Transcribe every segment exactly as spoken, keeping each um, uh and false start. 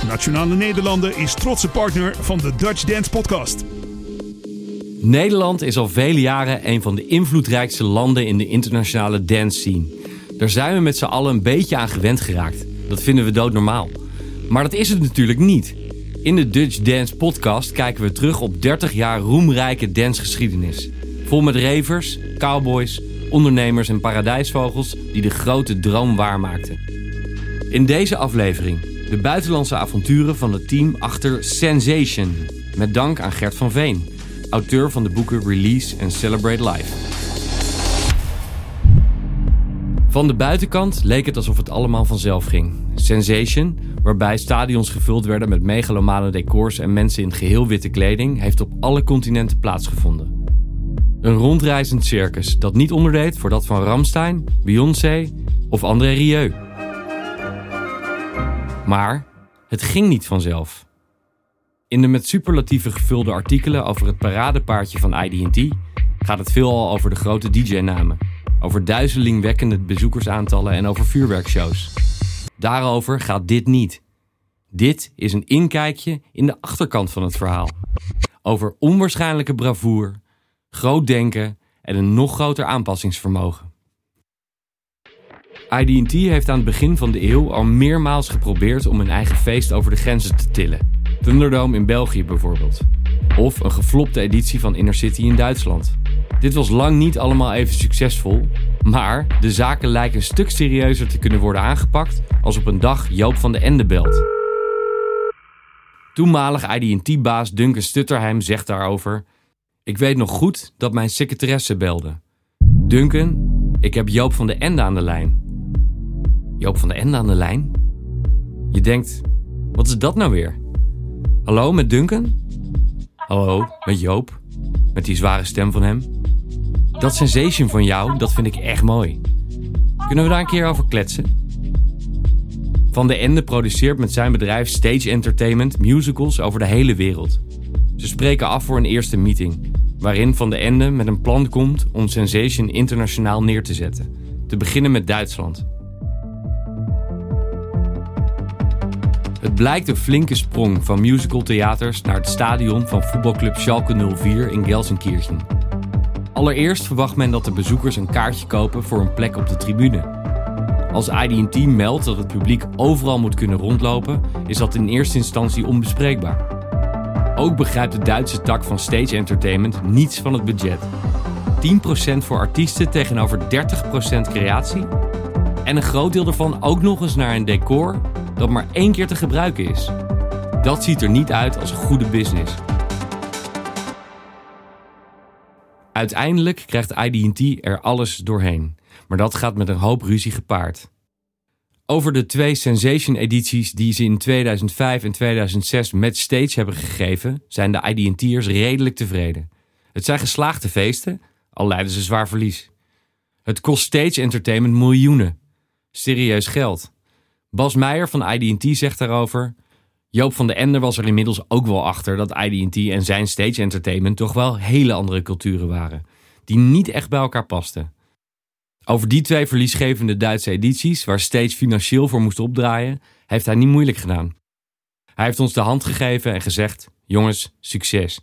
Nationale Nederlanden is trotse partner van de Dutch Dance Podcast. Nederland is al vele jaren een van de invloedrijkste landen in de internationale dance scene. Daar zijn we met z'n allen een beetje aan gewend geraakt. Dat vinden we doodnormaal. Maar dat is het natuurlijk niet. In de Dutch Dance Podcast kijken we terug op dertig jaar roemrijke dancegeschiedenis. Vol met ravers, cowboys, ondernemers en paradijsvogels die de grote droom waarmaakten. In deze aflevering de buitenlandse avonturen van het team achter Sensation. Met dank aan Gert van Veen, auteur van de boeken Release en Celebrate Life. Van de buitenkant leek het alsof het allemaal vanzelf ging. Sensation, waarbij stadions gevuld werden met megalomane decors en mensen in geheel witte kleding, heeft op alle continenten plaatsgevonden. Een rondreizend circus dat niet onderdeed voor dat van Rammstein, Beyoncé of André Rieu. Maar het ging niet vanzelf. In de met superlatieven gevulde artikelen over het paradepaardje van I D and T gaat het veelal over de grote D J-namen, over duizelingwekkende bezoekersaantallen en over vuurwerkshows. Daarover gaat dit niet. Dit is een inkijkje in de achterkant van het verhaal. Over onwaarschijnlijke bravoure, groot denken en een nog groter aanpassingsvermogen. I D and T heeft aan het begin van de eeuw al meermaals geprobeerd om hun eigen feest over de grenzen te tillen. Thunderdome in België bijvoorbeeld. Of een geflopte editie van Inner City in Duitsland. Dit was lang niet allemaal even succesvol, maar de zaken lijken een stuk serieuzer te kunnen worden aangepakt als op een dag Joop van den Ende belt. Toenmalig I D and T-baas Duncan Stutterheim zegt daarover: "Ik weet nog goed dat mijn secretaresse belde. Duncan, ik heb Joop van den Ende aan de lijn." Joop van den Ende aan de lijn? Je denkt, wat is dat nou weer? Hallo, met Duncan? Hallo, met Joop? Met die zware stem van hem? Dat Sensation van jou, dat vind ik echt mooi. Kunnen we daar een keer over kletsen? Van den Ende produceert met zijn bedrijf Stage Entertainment musicals over de hele wereld. Ze spreken af voor een eerste meeting, waarin Van den Ende met een plan komt om Sensation internationaal neer te zetten. Te beginnen met Duitsland. Het blijkt een flinke sprong van musicaltheaters naar het stadion van voetbalclub Schalke nul vier in Gelsenkirchen. Allereerst verwacht men dat de bezoekers een kaartje kopen voor een plek op de tribune. Als I D and T meldt dat het publiek overal moet kunnen rondlopen, is dat in eerste instantie onbespreekbaar. Ook begrijpt de Duitse tak van Stage Entertainment niets van het budget. tien procent voor artiesten tegenover dertig procent creatie? En een groot deel daarvan ook nog eens naar een decor dat maar één keer te gebruiken is. Dat ziet er niet uit als een goede business. Uiteindelijk krijgt I D and T er alles doorheen. Maar dat gaat met een hoop ruzie gepaard. Over de twee Sensation-edities die ze in tweeduizend vijf en tweeduizend zes met Stage hebben gegeven, zijn de I D and T'ers redelijk tevreden. Het zijn geslaagde feesten, al lijden ze zwaar verlies. Het kost Stage Entertainment miljoenen. Serieus geld. Bas Meijer van I D and T zegt daarover: Joop van den Ende was er inmiddels ook wel achter dat I D and T en zijn Stage Entertainment toch wel hele andere culturen waren, die niet echt bij elkaar pasten. Over die twee verliesgevende Duitse edities, waar Stage financieel voor moest opdraaien, heeft hij niet moeilijk gedaan. Hij heeft ons de hand gegeven en gezegd: jongens, succes.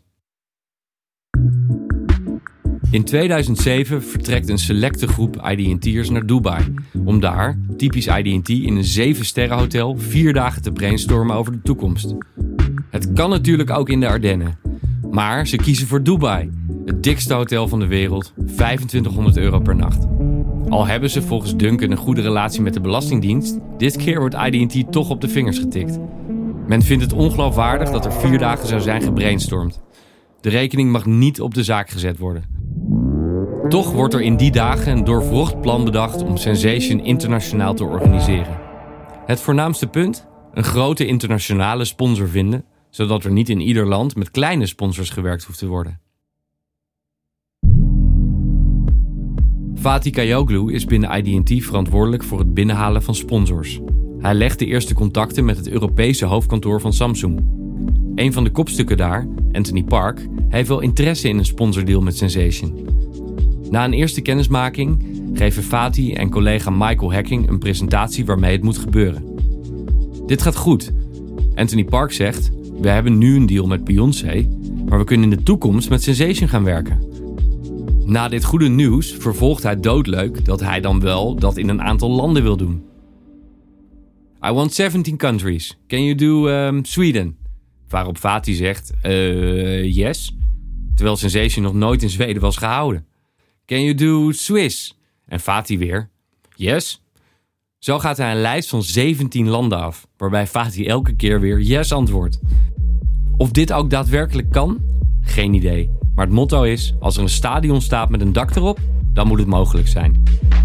In tweeduizend zeven vertrekt een selecte groep I D and T'ers naar Dubai, om daar, typisch I D and T, in een zeven-sterrenhotel vier dagen te brainstormen over de toekomst. Het kan natuurlijk ook in de Ardennen, maar ze kiezen voor Dubai, het dikste hotel van de wereld, vijfentwintighonderd euro per nacht. Al hebben ze volgens Duncan een goede relatie met de Belastingdienst, dit keer wordt I D and T toch op de vingers getikt. Men vindt het ongeloofwaardig dat er vier dagen zou zijn gebrainstormd. De rekening mag niet op de zaak gezet worden. Toch wordt er in die dagen een doorwrocht plan bedacht om Sensation internationaal te organiseren. Het voornaamste punt? Een grote internationale sponsor vinden, zodat er niet in ieder land met kleine sponsors gewerkt hoeft te worden. Fatih Kayoglu is binnen I D and T verantwoordelijk voor het binnenhalen van sponsors. Hij legt de eerste contacten met het Europese hoofdkantoor van Samsung. Een van de kopstukken daar, Anthony Park, heeft wel interesse in een sponsordeal met Sensation. Na een eerste kennismaking geven Fatih en collega Michael Hacking een presentatie waarmee het moet gebeuren. Dit gaat goed, Anthony Park zegt, we hebben nu een deal met Beyoncé, maar we kunnen in de toekomst met Sensation gaan werken. Na dit goede nieuws vervolgt hij doodleuk dat hij dan wel dat in een aantal landen wil doen. I want seventeen countries. Can you do um, Sweden? Waarop Fatih zegt, uh, yes. Terwijl Sensation nog nooit in Zweden was gehouden. Can you do Swiss? En Fatih weer, yes. Zo gaat hij een lijst van zeventien landen af, waarbij Fatih elke keer weer yes antwoordt. Of dit ook daadwerkelijk kan? Geen idee. Maar het motto is, als er een stadion staat met een dak erop, dan moet het mogelijk zijn.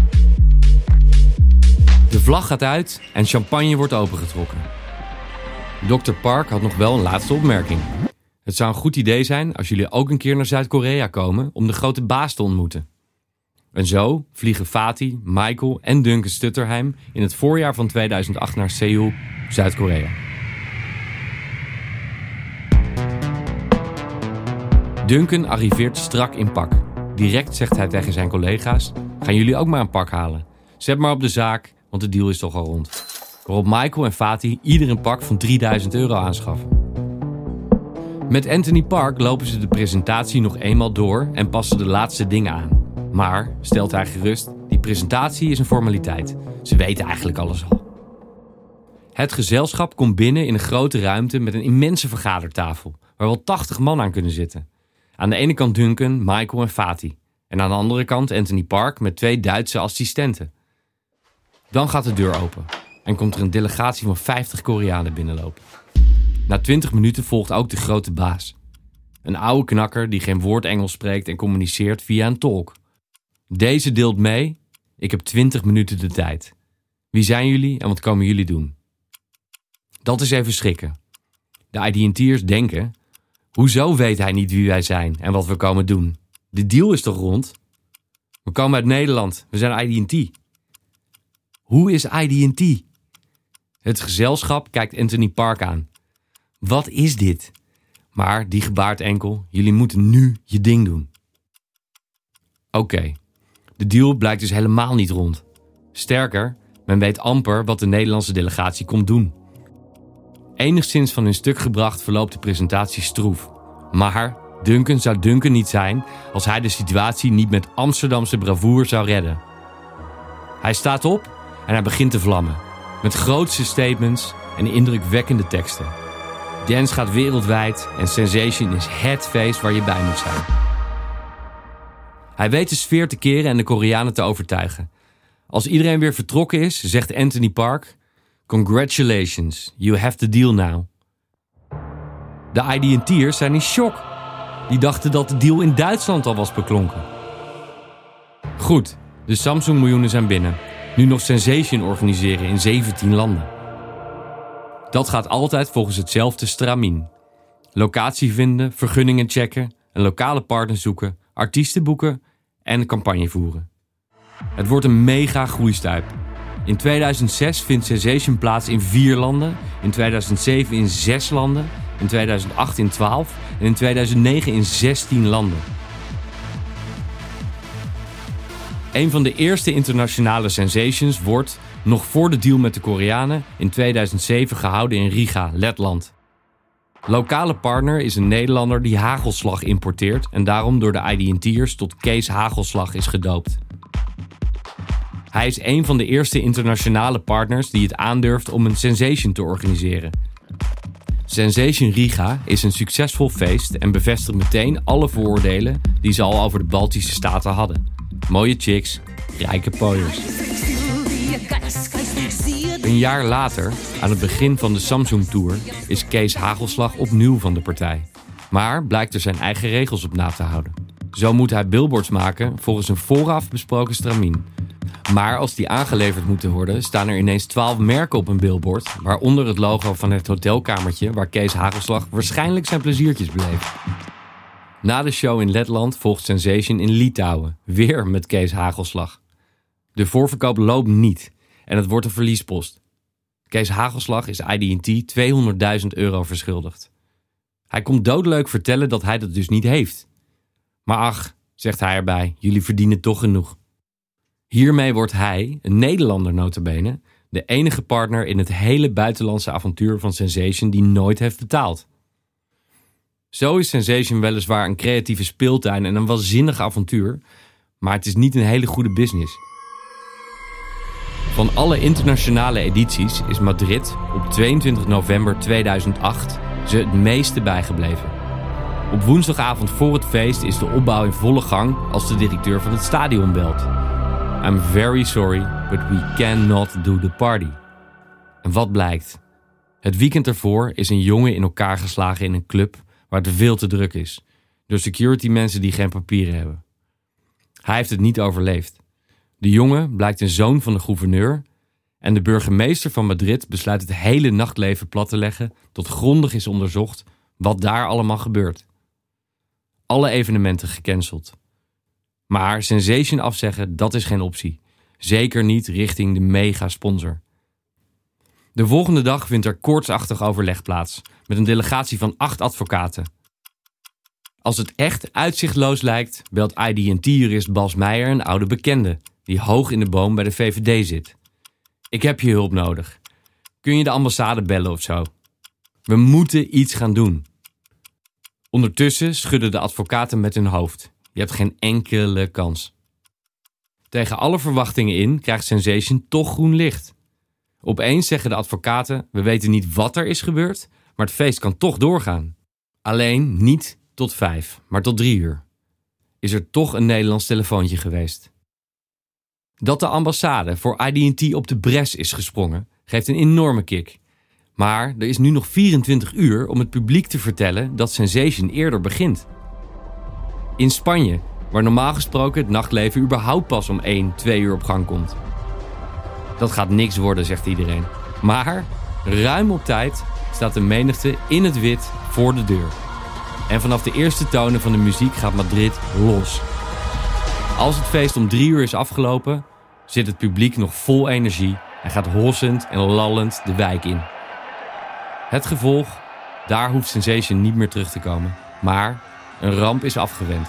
De vlag gaat uit en champagne wordt opengetrokken. dokter Park had nog wel een laatste opmerking. Het zou een goed idee zijn als jullie ook een keer naar Zuid-Korea komen om de grote baas te ontmoeten. En zo vliegen Fatih, Michael en Duncan Stutterheim in het voorjaar van tweeduizend acht naar Seoul, Zuid-Korea. Duncan arriveert strak in pak. Direct zegt hij tegen zijn collega's, gaan jullie ook maar een pak halen. Zet maar op de zaak, want de deal is toch al rond. Waarop Michael en Fatih ieder een pak van drieduizend euro aanschaffen. Met Anthony Park lopen ze de presentatie nog eenmaal door en passen de laatste dingen aan. Maar, stelt hij gerust, die presentatie is een formaliteit. Ze weten eigenlijk alles al. Het gezelschap komt binnen in een grote ruimte met een immense vergadertafel, waar wel tachtig man aan kunnen zitten. Aan de ene kant Duncan, Michael en Fatih. En aan de andere kant Anthony Park met twee Duitse assistenten. Dan gaat de deur open en komt er een delegatie van vijftig Koreanen binnenlopen. Na twintig minuten volgt ook de grote baas. Een oude knakker die geen woord Engels spreekt en communiceert via een tolk. Deze deelt mee, ik heb twintig minuten de tijd. Wie zijn jullie en wat komen jullie doen? Dat is even schrikken. De I D en T'ers denken, hoezo weet hij niet wie wij zijn en wat we komen doen? De deal is toch rond? We komen uit Nederland, we zijn I D en T. Hoe is I D en T? Het gezelschap kijkt Anthony Park aan. Wat is dit? Maar die gebaart enkel, jullie moeten nu je ding doen. Oké, okay. De deal blijkt dus helemaal niet rond. Sterker, men weet amper wat de Nederlandse delegatie komt doen. Enigszins van hun stuk gebracht verloopt de presentatie stroef. Maar Duncan zou Duncan niet zijn als hij de situatie niet met Amsterdamse bravoure zou redden. Hij staat op en hij begint te vlammen. Met grootse statements en indrukwekkende teksten. Dance gaat wereldwijd en Sensation is het feest waar je bij moet zijn. Hij weet de sfeer te keren en de Koreanen te overtuigen. Als iedereen weer vertrokken is, zegt Anthony Park, congratulations, you have the deal now. De I D en T'ers zijn in shock. Die dachten dat de deal in Duitsland al was beklonken. Goed, de Samsung miljoenen zijn binnen. Nu nog Sensation organiseren in zeventien landen. Dat gaat altijd volgens hetzelfde stramien. Locatie vinden, vergunningen checken, een lokale partner zoeken, artiesten boeken en een campagne voeren. Het wordt een mega groeistuip. In tweeduizend zes vindt Sensation plaats in vier landen, in tweeduizend zeven in zes landen, in tweeduizend acht in twaalf en in tweeduizend negen in zestien landen. Een van de eerste internationale Sensations wordt, nog voor de deal met de Koreanen, in tweeduizend zeven gehouden in Riga, Letland. Lokale partner is een Nederlander die hagelslag importeert en daarom door de I D en T'ers tot Kees Hagelslag is gedoopt. Hij is een van de eerste internationale partners die het aandurft om een Sensation te organiseren. Sensation Riga is een succesvol feest en bevestigt meteen alle vooroordelen die ze al over de Baltische staten hadden. Mooie chicks, rijke pooiers. Een jaar later, aan het begin van de Samsung Tour, is Kees Hagelslag opnieuw van de partij. Maar blijkt er zijn eigen regels op na te houden. Zo moet hij billboards maken volgens een vooraf besproken stramien. Maar als die aangeleverd moeten worden, staan er ineens twaalf merken op een billboard, waaronder het logo van het hotelkamertje waar Kees Hagelslag waarschijnlijk zijn pleziertjes beleeft. Na de show in Letland volgt Sensation in Litouwen, weer met Kees Hagelslag. De voorverkoop loopt niet en het wordt een verliespost. Kees Hagelslag is I D en T tweehonderdduizend euro verschuldigd. Hij komt doodleuk vertellen dat hij dat dus niet heeft. Maar ach, zegt hij erbij, jullie verdienen toch genoeg. Hiermee wordt hij, een Nederlander nota bene, De enige partner in het hele buitenlandse avontuur van Sensation die nooit heeft betaald. Zo is Sensation weliswaar een creatieve speeltuin en een waanzinnig avontuur, maar het is niet een hele goede business. Van alle internationale edities is Madrid op tweeëntwintig november tweeduizend acht ze het meeste bijgebleven. Op woensdagavond voor het feest is de opbouw in volle gang als de directeur van het stadion belt. I'm very sorry, but we cannot do the party. En wat blijkt? Het weekend ervoor is een jongen in elkaar geslagen in een club waar het veel te druk is, door security mensen die geen papieren hebben. Hij heeft het niet overleefd. De jongen blijkt een zoon van de gouverneur en de burgemeester van Madrid besluit het hele nachtleven plat te leggen tot grondig is onderzocht wat daar allemaal gebeurt. Alle evenementen gecanceld. Maar Sensation afzeggen, dat is geen optie. Zeker niet richting de mega-sponsor. De volgende dag vindt er koortsachtig overleg plaats met een delegatie van acht advocaten. Als het echt uitzichtloos lijkt, belt I D en T-jurist Bas Meijer een oude bekende die hoog in de boom bij de V V D zit. Ik heb je hulp nodig. Kun je de ambassade bellen of zo? We moeten iets gaan doen. Ondertussen schudden de advocaten met hun hoofd. Je hebt geen enkele kans. Tegen alle verwachtingen in krijgt Sensation toch groen licht. Opeens zeggen de advocaten, we weten niet wat er is gebeurd, maar het feest kan toch doorgaan. Alleen niet tot vijf, maar tot drie uur. Is er toch een Nederlands telefoontje geweest. Dat de ambassade voor I D en T op de bres is gesprongen, geeft een enorme kick. Maar er is nu nog vierentwintig uur om het publiek te vertellen dat Sensation eerder begint. In Spanje, waar normaal gesproken het nachtleven überhaupt pas om één, twee uur op gang komt. Dat gaat niks worden, zegt iedereen. Maar ruim op tijd staat de menigte in het wit voor de deur. En vanaf de eerste tonen van de muziek gaat Madrid los. Als het feest om drie uur is afgelopen, zit het publiek nog vol energie en gaat hossend en lallend de wijk in. Het gevolg, daar hoeft Sensation niet meer terug te komen. Maar een ramp is afgewend.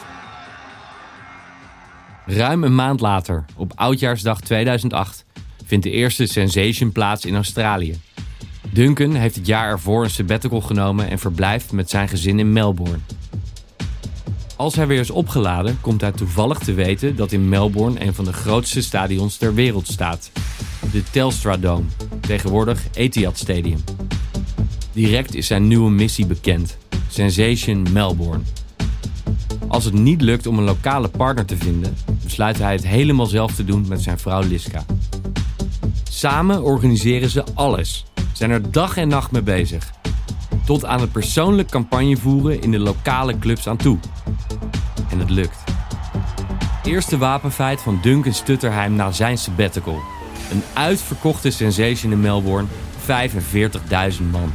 Ruim een maand later, op oudjaarsdag tweeduizend acht, vindt de eerste Sensation plaats in Australië. Duncan heeft het jaar ervoor een sabbatical genomen en verblijft met zijn gezin in Melbourne. Als hij weer is opgeladen, komt hij toevallig te weten dat in Melbourne een van de grootste stadions ter wereld staat. De Telstra Dome, tegenwoordig Etihad Stadium. Direct is zijn nieuwe missie bekend: Sensation Melbourne. Als het niet lukt om een lokale partner te vinden, besluit hij het helemaal zelf te doen met zijn vrouw Liska. Samen organiseren ze alles, zijn er dag en nacht mee bezig. Tot aan het persoonlijk campagne voeren in de lokale clubs aan toe. En het lukt. Eerste wapenfeit van Duncan Stutterheim na zijn sabbatical. Een uitverkochte Sensation in Melbourne, vijfenveertigduizend man.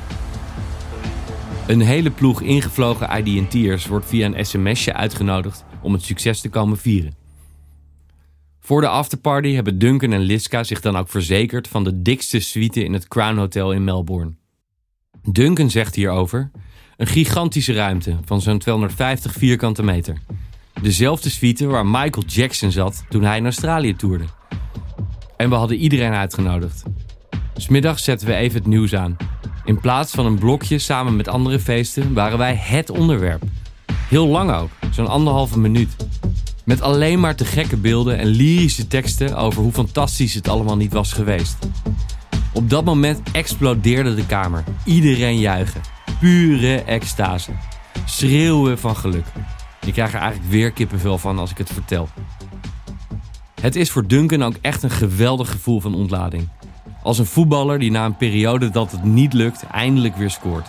Een hele ploeg ingevlogen I D en T'ers wordt via een sms'je uitgenodigd om het succes te komen vieren. Voor de afterparty hebben Duncan en Liska zich dan ook verzekerd van de dikste suite in het Crown Hotel in Melbourne. Duncan zegt hierover: een gigantische ruimte van zo'n tweehonderdvijftig vierkante meter. Dezelfde suite waar Michael Jackson zat toen hij in Australië toerde. En we hadden iedereen uitgenodigd. 'S Middags zetten we even het nieuws aan. In plaats van een blokje samen met andere feesten waren wij het onderwerp. Heel lang ook, zo'n anderhalve minuut. Met alleen maar te gekke beelden en lyrische teksten over hoe fantastisch het allemaal niet was geweest. Op dat moment explodeerde de kamer. Iedereen juichen. Pure extase. Schreeuwen van geluk. Ik krijg er eigenlijk weer kippenvel van als ik het vertel. Het is voor Duncan ook echt een geweldig gevoel van ontlading. Als een voetballer die na een periode dat het niet lukt eindelijk weer scoort.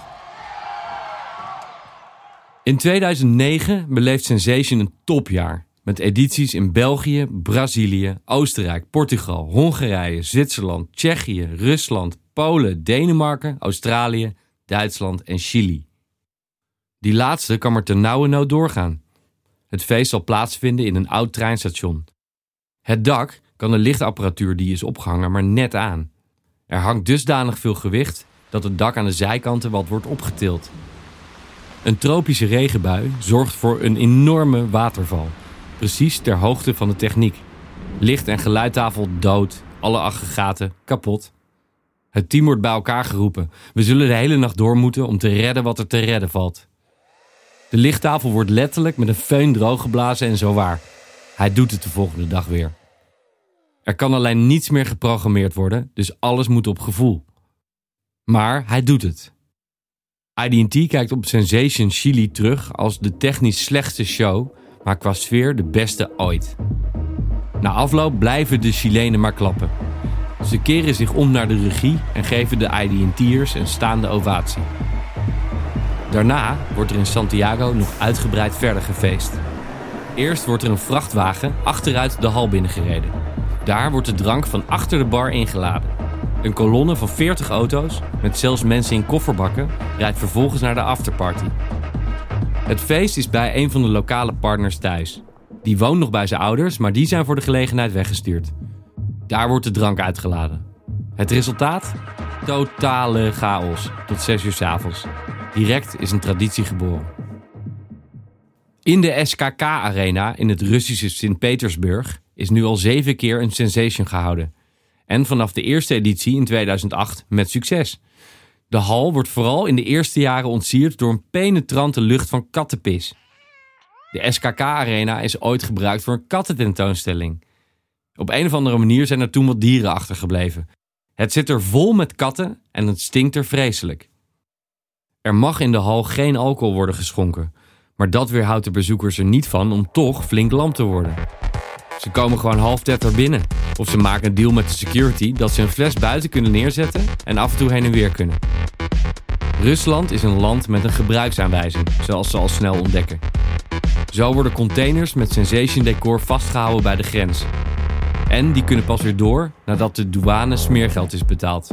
In tweeduizend negen beleeft Sensation een topjaar. Met edities in België, Brazilië, Oostenrijk, Portugal, Hongarije, Zwitserland, Tsjechië, Rusland, Polen, Denemarken, Australië, Duitsland en Chili. Die laatste kan maar ternauwernood doorgaan. Het feest zal plaatsvinden in een oud treinstation. Het dak kan de lichtapparatuur die is opgehangen maar net aan. Er hangt dusdanig veel gewicht dat het dak aan de zijkanten wat wordt opgetild. Een tropische regenbui zorgt voor een enorme waterval. Precies ter hoogte van de techniek. Licht- en geluidtafel dood, Alle aggregaten kapot. Het team wordt bij elkaar geroepen. We zullen de hele nacht door moeten om te redden wat er te redden valt. De lichttafel wordt letterlijk met een föhn drooggeblazen en zo waar. Hij doet het de volgende dag weer. Er kan alleen niets meer geprogrammeerd worden, dus alles moet op gevoel. Maar hij doet het. I D en T kijkt op Sensation Chili terug als de technisch slechtste show, maar qua sfeer de beste ooit. Na afloop blijven de Chilenen maar klappen. Ze keren zich om naar de regie en geven de I D en T'ers een staande ovatie. Daarna wordt er in Santiago nog uitgebreid verder gefeest. Eerst wordt er een vrachtwagen achteruit de hal binnengereden. Daar wordt de drank van achter de bar ingeladen. Een kolonne van veertig auto's, met zelfs mensen in kofferbakken, rijdt vervolgens naar de afterparty. Het feest is bij een van de lokale partners thuis. Die woont nog bij zijn ouders, maar die zijn voor de gelegenheid weggestuurd. Daar wordt de drank uitgeladen. Het resultaat? Totale chaos, tot zes uur 's avonds. Direct is een traditie geboren. In de S K K-arena in het Russische Sint-Petersburg is nu al zeven keer een Sensation gehouden. En vanaf de eerste editie in tweeduizend acht met succes. De hal wordt vooral in de eerste jaren ontsierd door een penetrante lucht van kattenpis. De S K K-arena is ooit gebruikt voor een kattententoonstelling. Op een of andere manier zijn er toen wat dieren achtergebleven. Het zit er vol met katten en het stinkt er vreselijk. Er mag in de hal geen alcohol worden geschonken, maar dat weerhoudt de bezoekers er niet van om toch flink lam te worden. Ze komen gewoon half tetter binnen. Of ze maken een deal met de security dat ze een fles buiten kunnen neerzetten en af en toe heen en weer kunnen. Rusland is een land met een gebruiksaanwijzing, zoals ze al snel ontdekken. Zo worden containers met Sensation decor vastgehouden bij de grens. En die kunnen pas weer door nadat de douane smeergeld is betaald.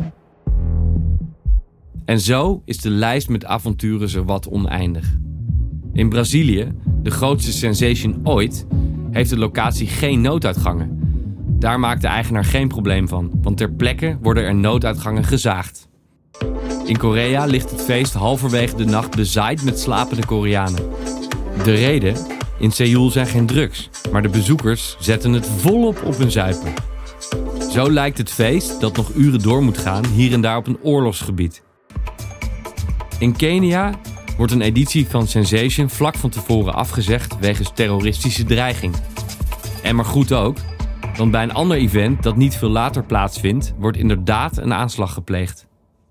En zo is de lijst met avonturen zowat oneindig. In Brazilië, de grootste Sensation ooit, heeft de locatie geen nooduitgangen. Daar maakt de eigenaar geen probleem van, want ter plekke worden er nooduitgangen gezaagd. In Korea ligt het feest halverwege de nacht bezaaid met slapende Koreanen. De reden? In Seoul zijn geen drugs, maar de bezoekers zetten het volop op hun zuipen. Zo lijkt het feest, dat nog uren door moet gaan, hier en daar op een oorlogsgebied. In Kenia wordt een editie van Sensation vlak van tevoren afgezegd wegens terroristische dreiging. En maar goed ook, want bij een ander event dat niet veel later plaatsvindt, wordt inderdaad een aanslag gepleegd.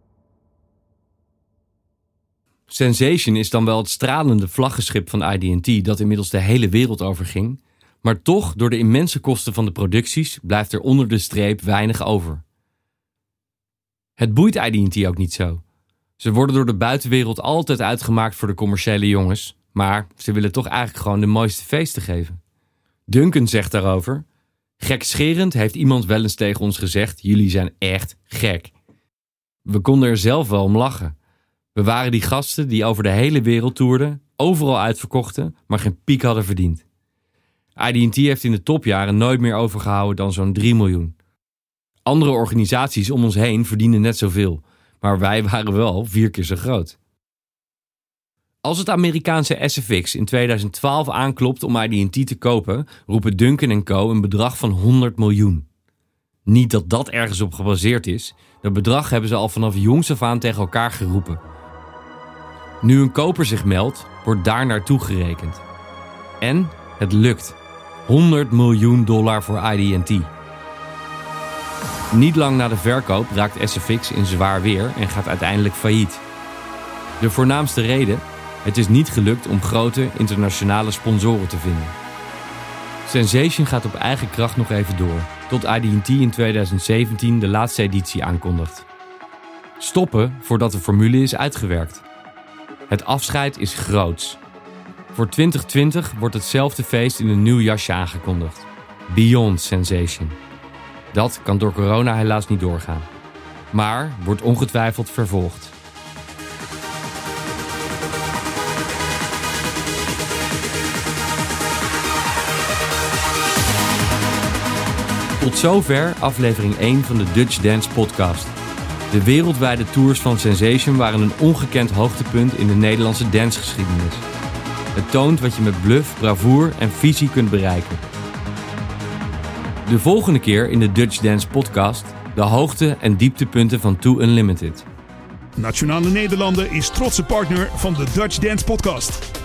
Sensation is dan wel het stralende vlaggenschip van I D en T dat inmiddels de hele wereld overging, maar toch, door de immense kosten van de producties, blijft er onder de streep weinig over. Het boeit I D en T ook niet zo. Ze worden door de buitenwereld altijd uitgemaakt voor de commerciële jongens, maar ze willen toch eigenlijk gewoon de mooiste feesten geven. Duncan zegt daarover: gekscherend heeft iemand wel eens tegen ons gezegd, jullie zijn echt gek. We konden er zelf wel om lachen. We waren die gasten die over de hele wereld toerden, overal uitverkochten, maar geen piek hadden verdiend. I D en T heeft in de topjaren nooit meer overgehouden dan zo'n drie miljoen. Andere organisaties om ons heen verdienen net zoveel, maar wij waren wel vier keer zo groot. Als het Amerikaanse S F X in tweeduizend twaalf aanklopt om I D en T te kopen, roepen Duncan en Co. een bedrag van honderd miljoen. Niet dat dat ergens op gebaseerd is, dat bedrag hebben ze al vanaf jongs af aan tegen elkaar geroepen. Nu een koper zich meldt, wordt daar naartoe gerekend. En het lukt. honderd miljoen dollar voor I D en T. Niet lang na de verkoop raakt S F X in zwaar weer en gaat uiteindelijk failliet. De voornaamste reden? Het is niet gelukt om grote internationale sponsoren te vinden. Sensation gaat op eigen kracht nog even door, tot I D en T in tweeduizend zeventien de laatste editie aankondigt. Stoppen voordat de formule is uitgewerkt. Het afscheid is groots. Voor twintig twintig wordt hetzelfde feest in een nieuw jasje aangekondigd. Beyond Sensation. Dat kan door corona helaas niet doorgaan. Maar wordt ongetwijfeld vervolgd. Tot zover aflevering één van de Dutch Dance Podcast. De wereldwijde tours van Sensation waren een ongekend hoogtepunt in de Nederlandse dancegeschiedenis. Het toont wat je met bluff, bravoure en visie kunt bereiken. De volgende keer in de Dutch Dance podcast de hoogte- en dieptepunten van Two Unlimited. Nationale Nederlanden is trotse partner van de Dutch Dance Podcast.